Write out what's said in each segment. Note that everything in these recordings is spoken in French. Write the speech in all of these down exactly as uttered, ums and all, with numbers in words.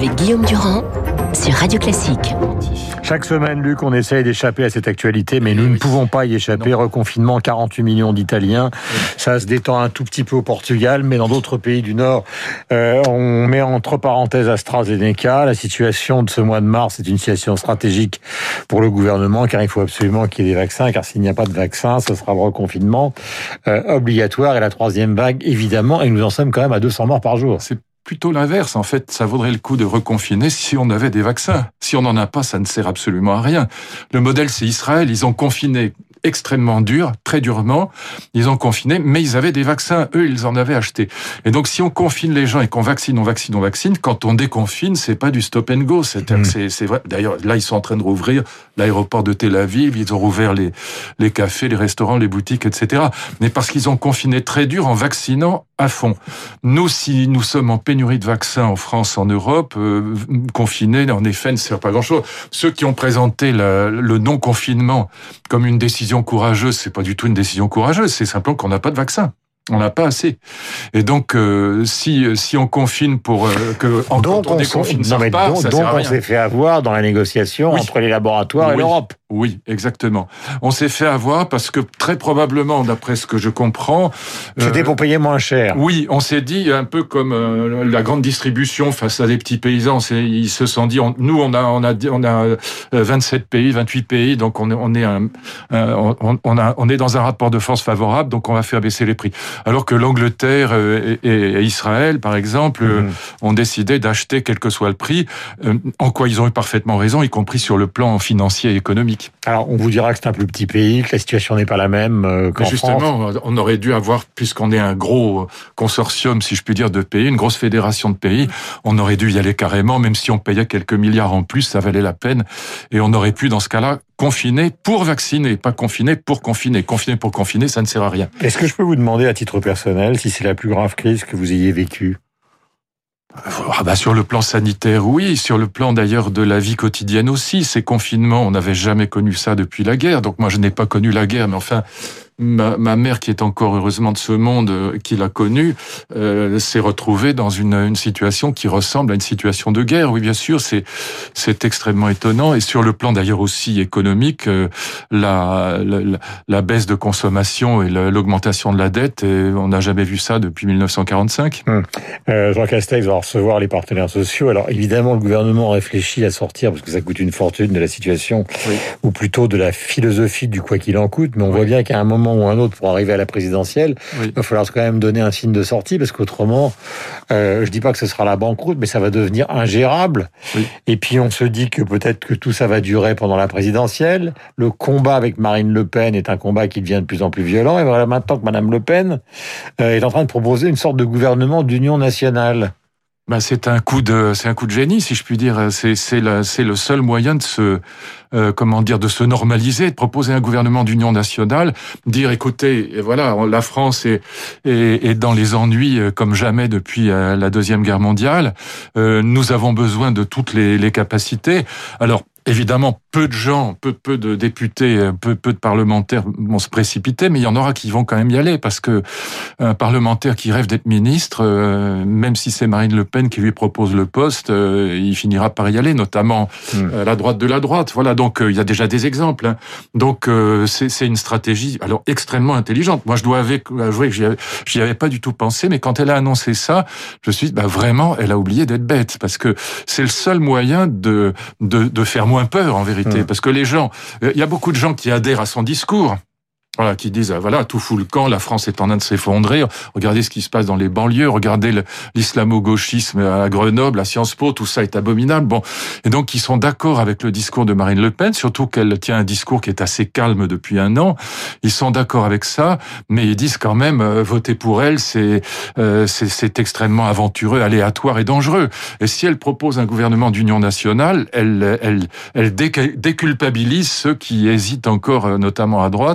avec Guillaume Durand sur Radio Classique. Chaque semaine, Luc, on essaye d'échapper à cette actualité, mais nous oui. ne pouvons pas y échapper. Non. Reconfinement, quarante-huit millions d'Italiens. Oui. Ça se détend un tout petit peu au Portugal, mais dans d'autres pays du Nord, euh, on met entre parenthèses AstraZeneca. La situation de ce mois de mars est une situation stratégique pour le gouvernement, car il faut absolument qu'il y ait des vaccins, car s'il n'y a pas de vaccin, ce sera le reconfinement euh, obligatoire. Et la troisième vague, évidemment, et nous en sommes quand même à deux cents morts par jour. C'est plutôt l'inverse. En fait, ça vaudrait le coup de reconfiner si on avait des vaccins. Si on n'en a pas, ça ne sert absolument à rien. Le modèle, c'est Israël. Ils ont confiné extrêmement dur, très durement. Ils ont confiné, mais ils avaient des vaccins. Eux, ils en avaient acheté. Et donc, si on confine les gens et qu'on vaccine, on vaccine, on vaccine, quand on déconfine, c'est pas du stop and go. C'est-à-dire mmh. que c'est, c'est vrai. D'ailleurs, là, ils sont en train de rouvrir l'aéroport de Tel Aviv. Ils ont rouvert les, les cafés, les restaurants, les boutiques, et cetera. Mais parce qu'ils ont confiné très dur en vaccinant à fond. Nous, si nous sommes en pénurie de vaccins en France, en Europe, euh, confinés, en effet, ne sert pas grand-chose. Ceux qui ont présenté la, le non-confinement comme une décision courageuse, c'est pas du tout une décision courageuse, c'est simplement qu'on n'a pas de vaccin. On n'a pas assez. Et donc, euh, si si on confine pour euh, que en donc on, on déconfine, ça repart, donc, ça donc sert à on rien. s'est fait avoir dans la négociation oui. entre les laboratoires oui. et l'Europe. Oui, exactement. On s'est fait avoir parce que très probablement, d'après ce que je comprends, c'était euh, pour payer moins cher. Oui, on s'est dit un peu comme euh, la grande distribution face à des petits paysans. C'est, ils se sont dit, on, nous on a on a on a vingt-sept pays, vingt-huit pays, donc on est on est un, un, on, on a on est dans un rapport de force favorable, donc on va faire baisser les prix. Alors que l'Angleterre et, et, et Israël, par exemple, mmh. ont décidé d'acheter quel que soit le prix. En quoi ils ont eu parfaitement raison, y compris sur le plan financier et économique. Alors, on vous dira que c'est un plus petit pays, que la situation n'est pas la même euh, qu'en justement, France. on aurait dû avoir, puisqu'on est un gros consortium, si je puis dire, de pays, une grosse fédération de pays, on aurait dû y aller carrément, même si on payait quelques milliards en plus, ça valait la peine. Et on aurait pu, dans ce cas-là, confiner pour vacciner, pas confiner pour confiner. Confiner pour confiner, ça ne sert à rien. Est-ce que je peux vous demander, à titre personnel, si c'est la plus grave crise que vous ayez vécue ? Ah bah sur le plan sanitaire, oui. Sur le plan d'ailleurs de la vie quotidienne aussi. Ces confinements, on n'avait jamais connu ça depuis la guerre. Donc moi, je n'ai pas connu la guerre, mais enfin, ma, ma mère, qui est encore heureusement de ce monde, qui l'a connue, euh, s'est retrouvée dans une, une situation qui ressemble à une situation de guerre. Oui, bien sûr, c'est c'est extrêmement étonnant. Et sur le plan d'ailleurs aussi économique, euh, la, la la baisse de consommation et la, l'augmentation de la dette, et on n'a jamais vu ça depuis dix-neuf cent quarante-cinq. Hum. Euh, Jean Castex va recevoir les partenaires sociaux. Alors évidemment, le gouvernement réfléchit à sortir, parce que ça coûte une fortune, de la situation, oui. ou plutôt de la philosophie du quoi qu'il en coûte. Mais on oui. voit bien qu'à un moment ou un autre, pour arriver à la présidentielle, oui. il va falloir quand même donner un signe de sortie, parce qu'autrement, euh, je dis pas que ce sera la banqueroute, mais ça va devenir ingérable. Oui. Et puis on se dit que peut-être que tout ça va durer pendant la présidentielle. Le combat avec Marine Le Pen est un combat qui devient de plus en plus violent. Et voilà maintenant que Madame Le Pen euh, est en train de proposer une sorte de gouvernement d'union nationale. Ben c'est un coup de c'est un coup de génie, si je puis dire. C'est c'est le c'est le seul moyen de se euh, comment dire de se normaliser, de proposer un gouvernement d'union nationale, dire écoutez, voilà, la France est est, est dans les ennuis comme jamais depuis la Deuxième Guerre mondiale. Euh, nous avons besoin de toutes les les capacités. Alors évidemment, peu de gens, peu peu de députés, peu peu de parlementaires vont se précipiter, mais il y en aura qui vont quand même y aller, parce que un parlementaire qui rêve d'être ministre, euh, même si c'est Marine Le Pen qui lui propose le poste, euh, il finira par y aller, notamment mmh. euh, la droite de la droite. Voilà, donc euh, il y a déjà des exemples. Hein. Donc euh, c'est c'est une stratégie alors extrêmement intelligente. Moi, je dois avouer que j'y avais, j'y avais pas du tout pensé, mais quand elle a annoncé ça, je me suis dit, bah vraiment, elle a oublié d'être bête, parce que c'est le seul moyen de de de faire moins peur, en vérité. Mmh. Parce que les gens, il y a beaucoup de gens qui adhèrent à son discours. Voilà, qui disent, voilà, tout fout le camp, la France est en train de s'effondrer, regardez ce qui se passe dans les banlieues, regardez le, l'islamo-gauchisme à Grenoble, à Sciences Po, tout ça est abominable. Bon. Et donc, ils sont d'accord avec le discours de Marine Le Pen, surtout qu'elle tient un discours qui est assez calme depuis un an. Ils sont d'accord avec ça, mais ils disent quand même, euh, voter pour elle, c'est, euh, c'est, c'est extrêmement aventureux, aléatoire et dangereux. Et si elle propose un gouvernement d'union nationale, elle, elle, elle déculpabilise ceux qui hésitent encore, notamment à droite, mais aussi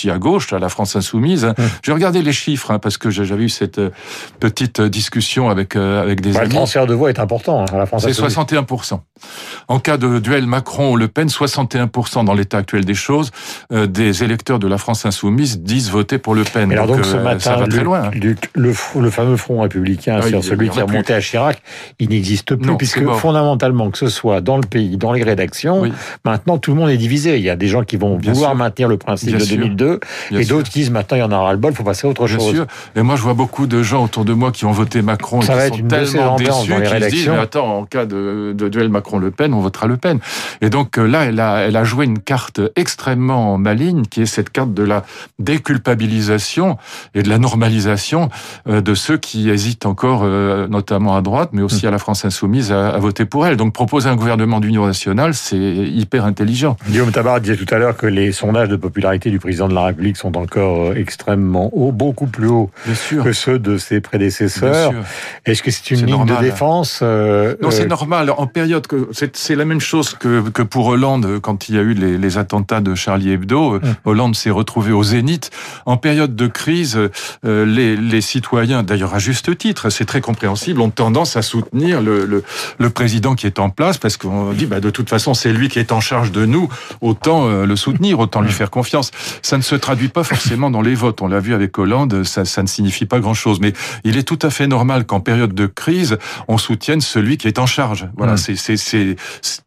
aussi à gauche, à la France Insoumise. Mmh. J'ai regardé les chiffres, hein, parce que j'avais eu cette petite discussion avec, euh, avec des bah, amis. Le transfert de voix est important, hein, à la France C'est Insoumise. soixante et un pour cent. En cas de duel Macron-Le Pen, soixante et un pour cent dans l'état actuel des choses, euh, des électeurs de la France Insoumise disent voter pour Le Pen. Mais alors donc, donc ce euh, matin, ça va très Luc, loin. Luc, le, le fameux front républicain, ah, sur celui qui est remonté à Chirac, il n'existe plus, non, puisque fondamentalement, que ce soit dans le pays, dans les rédactions, oui. maintenant tout le monde est divisé. Il y a des gens qui vont Bien vouloir sûr. maintenir le principe Bien de deux mille deux, Bien et sûr. d'autres qui disent maintenant il y en aura ras-le-bol, il faut passer à autre Bien chose. Sûr. Et moi je vois beaucoup de gens autour de moi qui ont voté Macron ça et va qui être sont une tellement déçus dans les qu'ils se disent mais attends, en cas de, de duel Macron-Le Pen, on votera Le Pen. Et donc là, elle a, elle a joué une carte extrêmement maligne, qui est cette carte de la déculpabilisation et de la normalisation de ceux qui hésitent encore, notamment à droite, mais aussi à la France Insoumise, à, à voter pour elle. Donc proposer un gouvernement d'union nationale, c'est hyper intelligent. Guillaume Tabar disait tout à l'heure que les sondages de popularité du président de la République sont encore extrêmement hauts, beaucoup plus hauts que ceux de ses prédécesseurs. Est-ce que c'est une c'est ligne normal. de défense euh, Non, c'est euh... normal. En période que c'est, c'est la même chose que, que pour Hollande quand il y a eu les, les attentats de Charlie Hebdo. Hum. Hollande s'est retrouvé au zénith. En période de crise, euh, les, les citoyens, d'ailleurs à juste titre, c'est très compréhensible, ont tendance à soutenir le, le, le président qui est en place parce qu'on dit bah, de toute façon c'est lui qui est en charge de nous, autant euh, le soutenir, autant lui faire confiance. Ça ne se traduit pas forcément dans les votes. On l'a vu avec Hollande, ça, ça ne signifie pas grand-chose. Mais il est tout à fait normal qu'en période de crise, on soutienne celui qui est en charge. Voilà, mmh. c'est, c'est, c'est, c'est,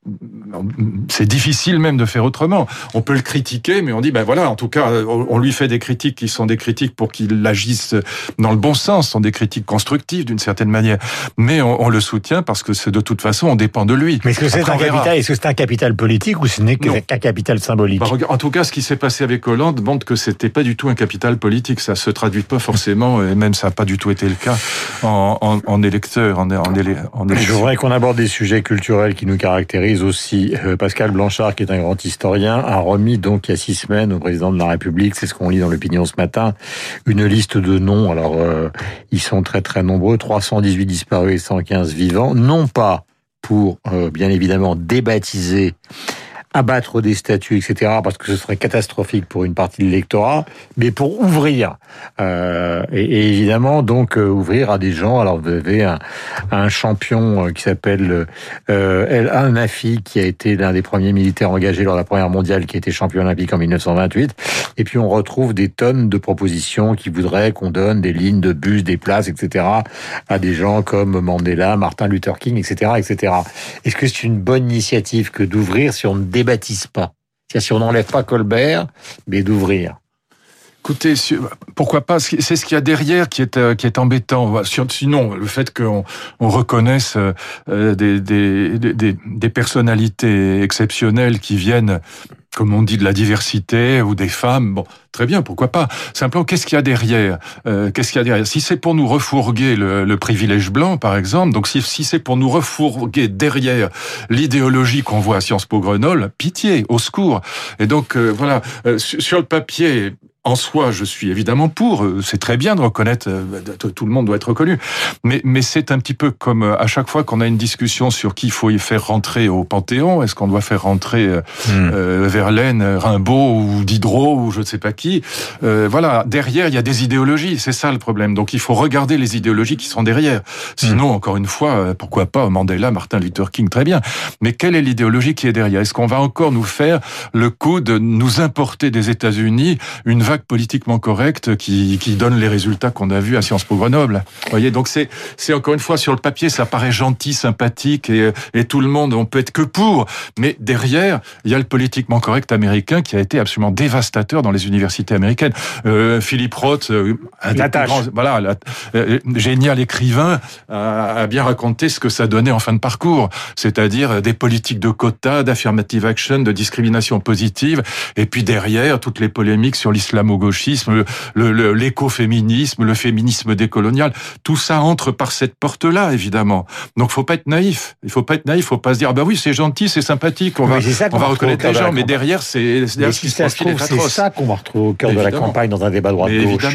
c'est difficile même de faire autrement. On peut le critiquer, mais on dit, ben voilà, en tout cas, on lui fait des critiques qui sont des critiques pour qu'il agisse dans le bon sens, sont des critiques constructives d'une certaine manière. Mais on, on le soutient parce que c'est de toute façon, on dépend de lui. Mais est-ce que c'est Après, un capital, est-ce que c'est un capital politique ou ce n'est qu'un capital symbolique? Bah, en tout cas, ce qui s'est passé avec Hollande montre que c'était pas du tout un capital politique. Ça se traduit pas forcément, et même ça n'a pas du tout été le cas en, en, en électeur, en, en, élé, en élection. Je voudrais qu'on aborde des sujets culturels qui nous caractérisent aussi. Euh, Pascal Blanchard, qui est un grand historien, a remis donc il y a six semaines au président de la République, c'est ce qu'on lit dans l'opinion ce matin, une liste de noms. Alors, euh, ils sont très très nombreux, trois cent dix-huit disparus et cent quinze vivants, non pas pour, euh, bien évidemment, débaptiser, abattre des statues, et cetera, parce que ce serait catastrophique pour une partie de l'électorat, mais pour ouvrir. Euh, et, et évidemment, donc, euh, ouvrir à des gens. Alors, vous avez un, un champion euh, qui s'appelle euh, El Al-Nafi, qui a été l'un des premiers militaires engagés lors de la Première mondiale, qui a été champion olympique en dix-neuf cent vingt-huit. Et puis, on retrouve des tonnes de propositions qui voudraient qu'on donne des lignes de bus, des places, et cetera, à des gens comme Mandela, Martin Luther King, et cetera, et cetera. Est-ce que c'est une bonne initiative que d'ouvrir si on ne débaptise pas? C'est-à-dire si on n'enlève pas Colbert, mais d'ouvrir. Écoutez, pourquoi pas? C'est ce qu'il y a derrière qui est qui est embêtant. Sinon, le fait qu'on on reconnaisse des, des des des personnalités exceptionnelles qui viennent, comme on dit, de la diversité ou des femmes, bon, très bien, pourquoi pas. Simplement, qu'est-ce qu'il y a derrière euh, Qu'est-ce qu'il y a derrière Si c'est pour nous refourguer le, le privilège blanc, par exemple, donc si, si c'est pour nous refourguer derrière l'idéologie qu'on voit à Sciences Po Grenoble, pitié, au secours. Et donc, euh, voilà, euh, sur le papier... En soi, je suis évidemment pour. C'est très bien de reconnaître. Tout le monde doit être reconnu. Mais, mais c'est un petit peu comme à chaque fois qu'on a une discussion sur qui il faut y faire rentrer au Panthéon. Est-ce qu'on doit faire rentrer mmh. euh, Verlaine, Rimbaud ou Diderot ou je ne sais pas qui. Euh, voilà. Derrière, il y a des idéologies. C'est ça le problème. Donc, il faut regarder les idéologies qui sont derrière. Sinon, mmh. encore une fois, pourquoi pas Mandela, Martin Luther King, très bien. Mais quelle est l'idéologie qui est derrière? Est-ce qu'on va encore nous faire le coup de nous importer des États-Unis une vague politiquement correcte qui, qui donne les résultats qu'on a vus à Sciences Po Grenoble. Vous voyez, donc c'est, c'est encore une fois sur le papier, ça paraît gentil, sympathique et, et tout le monde, on peut être que pour. Mais derrière, il y a le politiquement correct américain qui a été absolument dévastateur dans les universités américaines. Euh, Philip Roth, euh, un des plus grands, voilà, la, euh, génial écrivain, a, a bien raconté ce que ça donnait en fin de parcours, c'est-à-dire des politiques de quotas, d'affirmative action, de discrimination positive, et puis derrière toutes les polémiques sur l'islam au gauchisme, le, le, l'écoféminisme, le féminisme décolonial, tout ça entre par cette porte-là, évidemment. Donc, faut pas être naïf. Il faut pas être naïf. Faut pas se dire, ah bah oui, c'est gentil, c'est sympathique, on va, on va reconnaître les gens, mais derrière, c'est, c'est mais si ça se trouve, c'est ça qu'on va retrouver au cœur de la campagne dans un débat droite-gauche. Évidemment.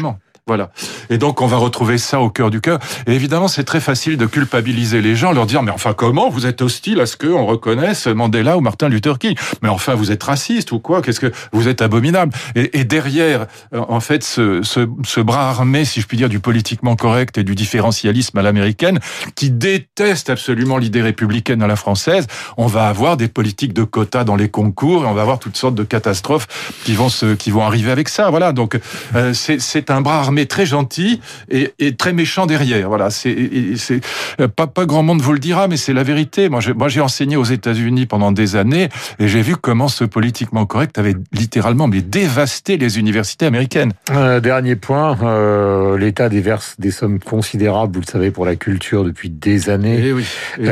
Voilà. Et donc, on va retrouver ça au cœur du cœur. Et évidemment, c'est très facile de culpabiliser les gens, leur dire, mais enfin, comment vous êtes hostile à ce qu'on reconnaisse Mandela ou Martin Luther King? Mais enfin, vous êtes raciste ou quoi? Qu'est-ce que vous êtes abominable? Et, et derrière, en fait, ce, ce, ce bras armé, si je puis dire, du politiquement correct et du différentialisme à l'américaine, qui déteste absolument l'idée républicaine à la française, on va avoir des politiques de quotas dans les concours et on va avoir toutes sortes de catastrophes qui vont se, qui vont arriver avec ça. Voilà. Donc, euh, c'est, c'est un bras armé très gentil et, et très méchant derrière. Voilà. C'est, c'est pas, pas grand monde vous le dira, mais c'est la vérité. Moi, j'ai, moi, j'ai enseigné aux États-Unis pendant des années et j'ai vu comment ce politiquement correct avait littéralement mais dévasté les universités américaines. Euh, dernier point, euh, l'État déverse des sommes considérables, vous le savez, pour la culture depuis des années. Et oui. Et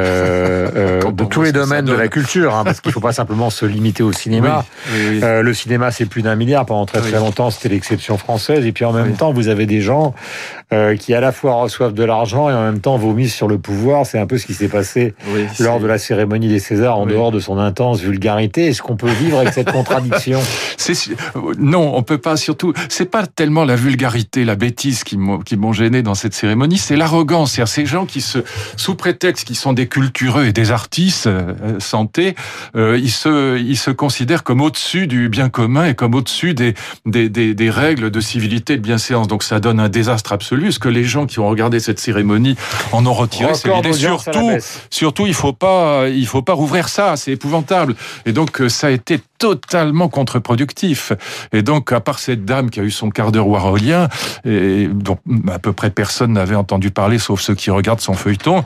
euh, euh, de tous les domaines de la culture, hein, parce qu'il ne faut pas simplement se limiter au cinéma. Oui, oui, oui. Euh, le cinéma, c'est plus d'un milliard. Pendant très très oui. longtemps, c'était l'exception française. Et puis en même oui. temps, vous avez des gens euh, qui à la fois reçoivent de l'argent et en même temps vomissent sur le pouvoir. C'est un peu ce qui s'est passé oui, lors c'est... de la cérémonie des Césars, en oui. dehors de son intense vulgarité. Est-ce qu'on peut vivre avec cette contradiction? c'est... Non, on peut pas. Surtout, c'est pas tellement la vulgarité, la bêtise qui m'ont, qui m'ont gêné dans cette cérémonie, c'est l'arrogance. C'est-à-dire ces gens qui se, sous prétexte qu'ils sont des cultureux et des artistes euh, santé, euh, ils se, ils se considèrent comme au-dessus du bien commun et comme au-dessus des, des, des, des règles de civilité et de bienséance. Donc ça donne un désastre absolu. Ce que les gens qui ont regardé cette cérémonie en ont retiré, c'est l'idée. Surtout, surtout, il faut pas, il faut pas rouvrir ça. C'est épouvantable. Et donc ça a été totalement contre-productif. Et donc, à part cette dame qui a eu son quart d'heure warholien, et dont à peu près personne n'avait entendu parler, sauf ceux qui regardent son feuilleton,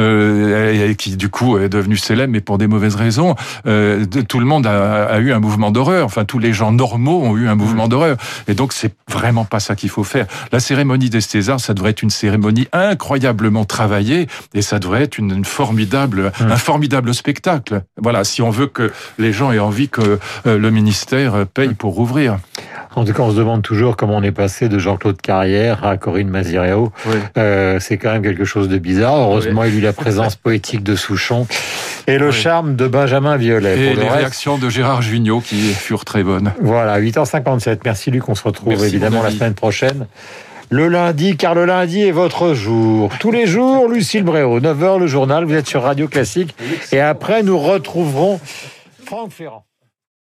euh, et qui du coup est devenu célèbre, mais pour des mauvaises raisons, euh, tout le monde a, a eu un mouvement d'horreur. Enfin, tous les gens normaux ont eu un mouvement d'horreur. Et donc, c'est vraiment pas ça qu'il faut faire. La cérémonie des Césars, ça devrait être une cérémonie incroyablement travaillée, et ça devrait être une, une formidable, mmh. un formidable spectacle. Voilà, si on veut que les gens aient envie que le ministère paye pour rouvrir. En tout cas, on se demande toujours comment on est passé de Jean-Claude Carrière à Corinne Maziréo. Oui. Euh, c'est quand même quelque chose de bizarre. Heureusement, oui. il y a eu la présence poétique de Souchon et le oui. charme de Benjamin Biolay. Et pour les le réactions reste... de Gérard Jugnot qui furent très bonnes. Voilà, huit heures cinquante-sept. Merci Luc, on se retrouve Merci, évidemment la semaine prochaine. Le lundi, car le lundi est votre jour. Tous les jours, Lucille Bréau, neuf heures le journal, vous êtes sur Radio Classique. Et après, nous retrouverons Franck Ferrand.